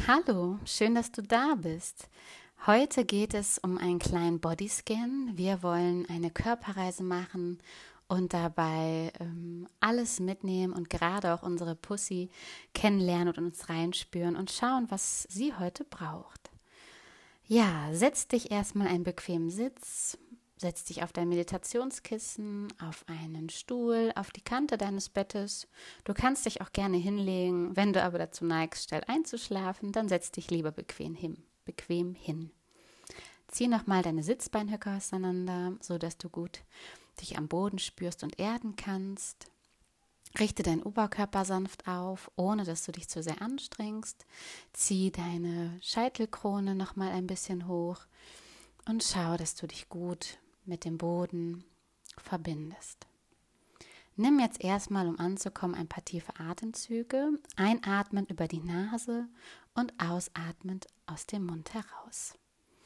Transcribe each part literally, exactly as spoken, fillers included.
Hallo, schön, dass du da bist. Heute geht es um einen kleinen Bodyscan. Wir wollen eine Körperreise machen und dabei ähm, alles mitnehmen und gerade auch unsere Pussy kennenlernen und uns reinspüren und schauen, was sie heute braucht. Ja, setz dich erstmal einen bequemen Sitz, setz dich auf dein Meditationskissen, auf einen Stuhl, auf die Kante deines Bettes. Du kannst dich auch gerne hinlegen. Wenn du aber dazu neigst, schnell einzuschlafen, dann setz dich lieber bequem hin. Bequem hin. Zieh nochmal deine Sitzbeinhöcker auseinander, sodass du gut dich am Boden spürst und erden kannst. Richte deinen Oberkörper sanft auf, ohne dass du dich zu sehr anstrengst. Zieh deine Scheitelkrone nochmal ein bisschen hoch und schau, dass du dich gut mit dem Boden verbindest. Nimm jetzt erstmal, um anzukommen, ein paar tiefe Atemzüge. Einatmen über die Nase und ausatmend aus dem Mund heraus.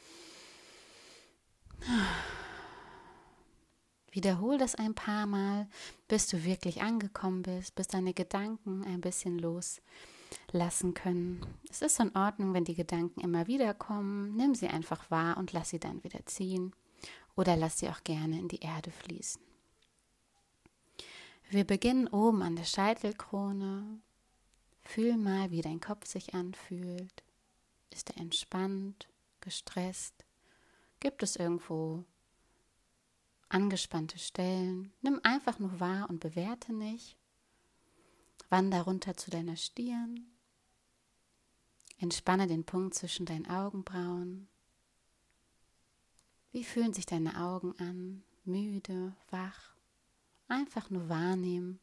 Wiederhol das ein paar Mal, bis du wirklich angekommen bist, bis deine Gedanken ein bisschen loslassen können. Es ist in Ordnung, wenn die Gedanken immer wieder kommen. Nimm sie einfach wahr und lass sie dann wieder ziehen oder lass sie auch gerne in die Erde fließen. Wir beginnen oben an der Scheitelkrone. Fühl mal, wie dein Kopf sich anfühlt. Ist er entspannt, gestresst? Gibt es irgendwo angespannte Stellen? Nimm einfach nur wahr und bewerte nicht. Wander runter zu deiner Stirn. Entspanne den Punkt zwischen deinen Augenbrauen. Wie fühlen sich deine Augen an? Müde, wach? Einfach nur wahrnehmen.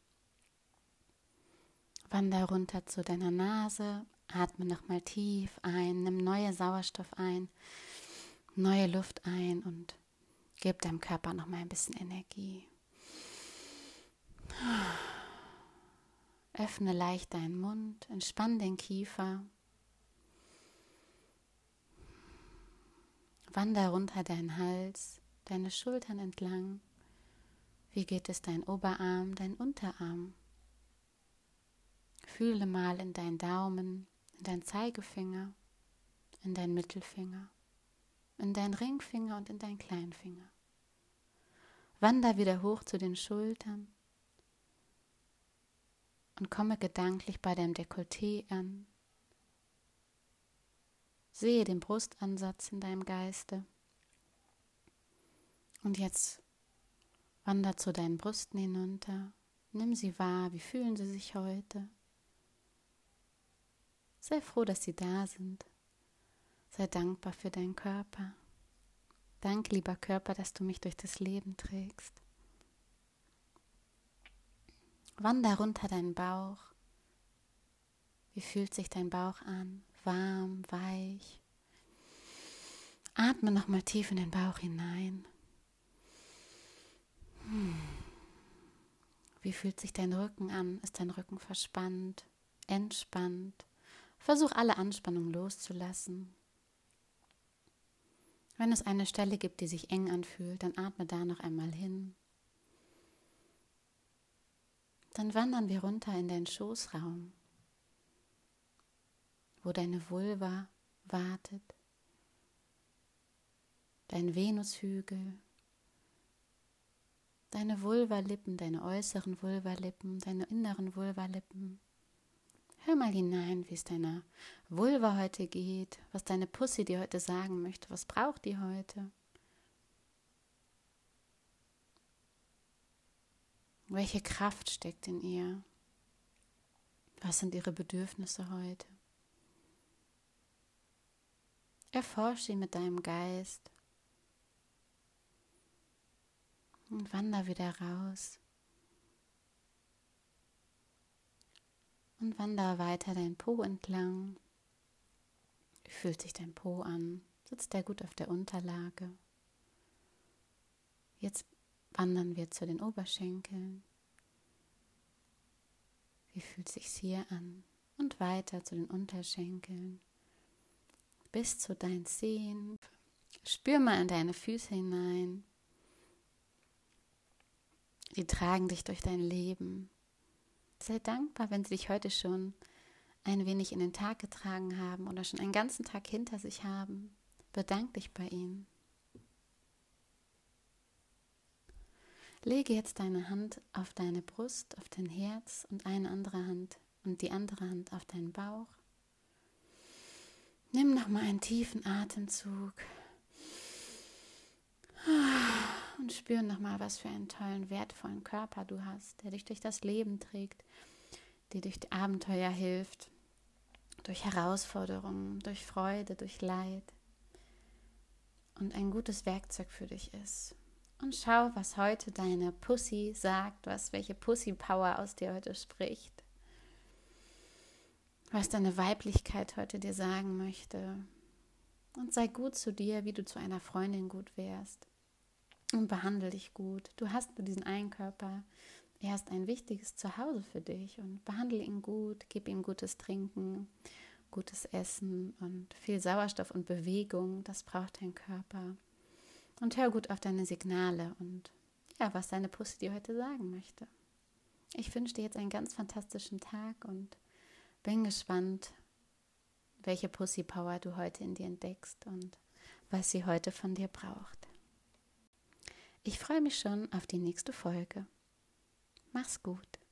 Wander runter zu deiner Nase. Atme nochmal tief ein. Nimm neue Sauerstoff ein, neue Luft ein und gib deinem Körper noch mal ein bisschen Energie. Öffne leicht deinen Mund, entspann den Kiefer. Wander runter deinen Hals, deine Schultern entlang. Wie geht es dein Oberarm, dein Unterarm? Fühle mal in deinen Daumen, in deinen Zeigefinger, in deinen Mittelfinger, in deinen Ringfinger und in deinen Kleinfinger. Wander wieder hoch zu den Schultern und komme gedanklich bei deinem Dekolleté an. Sehe den Brustansatz in deinem Geiste. Und jetzt wander zu deinen Brüsten hinunter. Nimm sie wahr, wie fühlen sie sich heute? Sei froh, dass sie da sind. Sei dankbar für deinen Körper. Danke, lieber Körper, dass du mich durch das Leben trägst. Wander runter deinen Bauch. Wie fühlt sich dein Bauch an? Warm, weich. Atme nochmal tief in den Bauch hinein. Wie fühlt sich dein Rücken an? Ist dein Rücken verspannt, entspannt? Versuch alle Anspannung loszulassen. Wenn es eine Stelle gibt, die sich eng anfühlt, dann atme da noch einmal hin. Dann wandern wir runter in deinen Schoßraum, wo deine Vulva wartet, dein Venushügel, deine Vulvalippen, deine äußeren Vulvalippen, deine inneren Vulvalippen. Hör mal hinein, wie es deiner Vulva heute geht, was deine Pussy dir heute sagen möchte, was braucht die heute? Welche Kraft steckt in ihr? Was sind ihre Bedürfnisse heute? Erforsche sie mit deinem Geist und wander wieder raus. Und wander weiter dein Po entlang. Wie fühlt sich dein Po an? Sitzt der gut auf der Unterlage? Jetzt wandern wir zu den Oberschenkeln. Wie fühlt sich's hier an? Und weiter zu den Unterschenkeln. Bis zu deinen Zehen. Spür mal in deine Füße hinein. Die tragen dich durch dein Leben. Sei dankbar, wenn sie dich heute schon ein wenig in den Tag getragen haben oder schon einen ganzen Tag hinter sich haben. Bedank dich bei ihnen. Lege jetzt deine Hand auf deine Brust, auf dein Herz und eine andere Hand und die andere Hand auf deinen Bauch. Nimm nochmal einen tiefen Atemzug und spür nochmal, was für einen tollen, wertvollen Körper du hast, der dich durch das Leben trägt, der durch die Abenteuer hilft, durch Herausforderungen, durch Freude, durch Leid und ein gutes Werkzeug für dich ist. Und schau, was heute deine Pussy sagt, was welche Pussy-Power aus dir heute spricht, was deine Weiblichkeit heute dir sagen möchte. Und sei gut zu dir, wie du zu einer Freundin gut wärst. Und behandle dich gut. Du hast nur diesen einen Körper. Er ist ein wichtiges Zuhause für dich. Und behandle ihn gut, gib ihm gutes Trinken, gutes Essen und viel Sauerstoff und Bewegung. Das braucht dein Körper. Und hör gut auf deine Signale und ja, was deine Pussy dir heute sagen möchte. Ich wünsche dir jetzt einen ganz fantastischen Tag und bin gespannt, welche Pussy-Power du heute in dir entdeckst und was sie heute von dir braucht. Ich freue mich schon auf die nächste Folge. Mach's gut.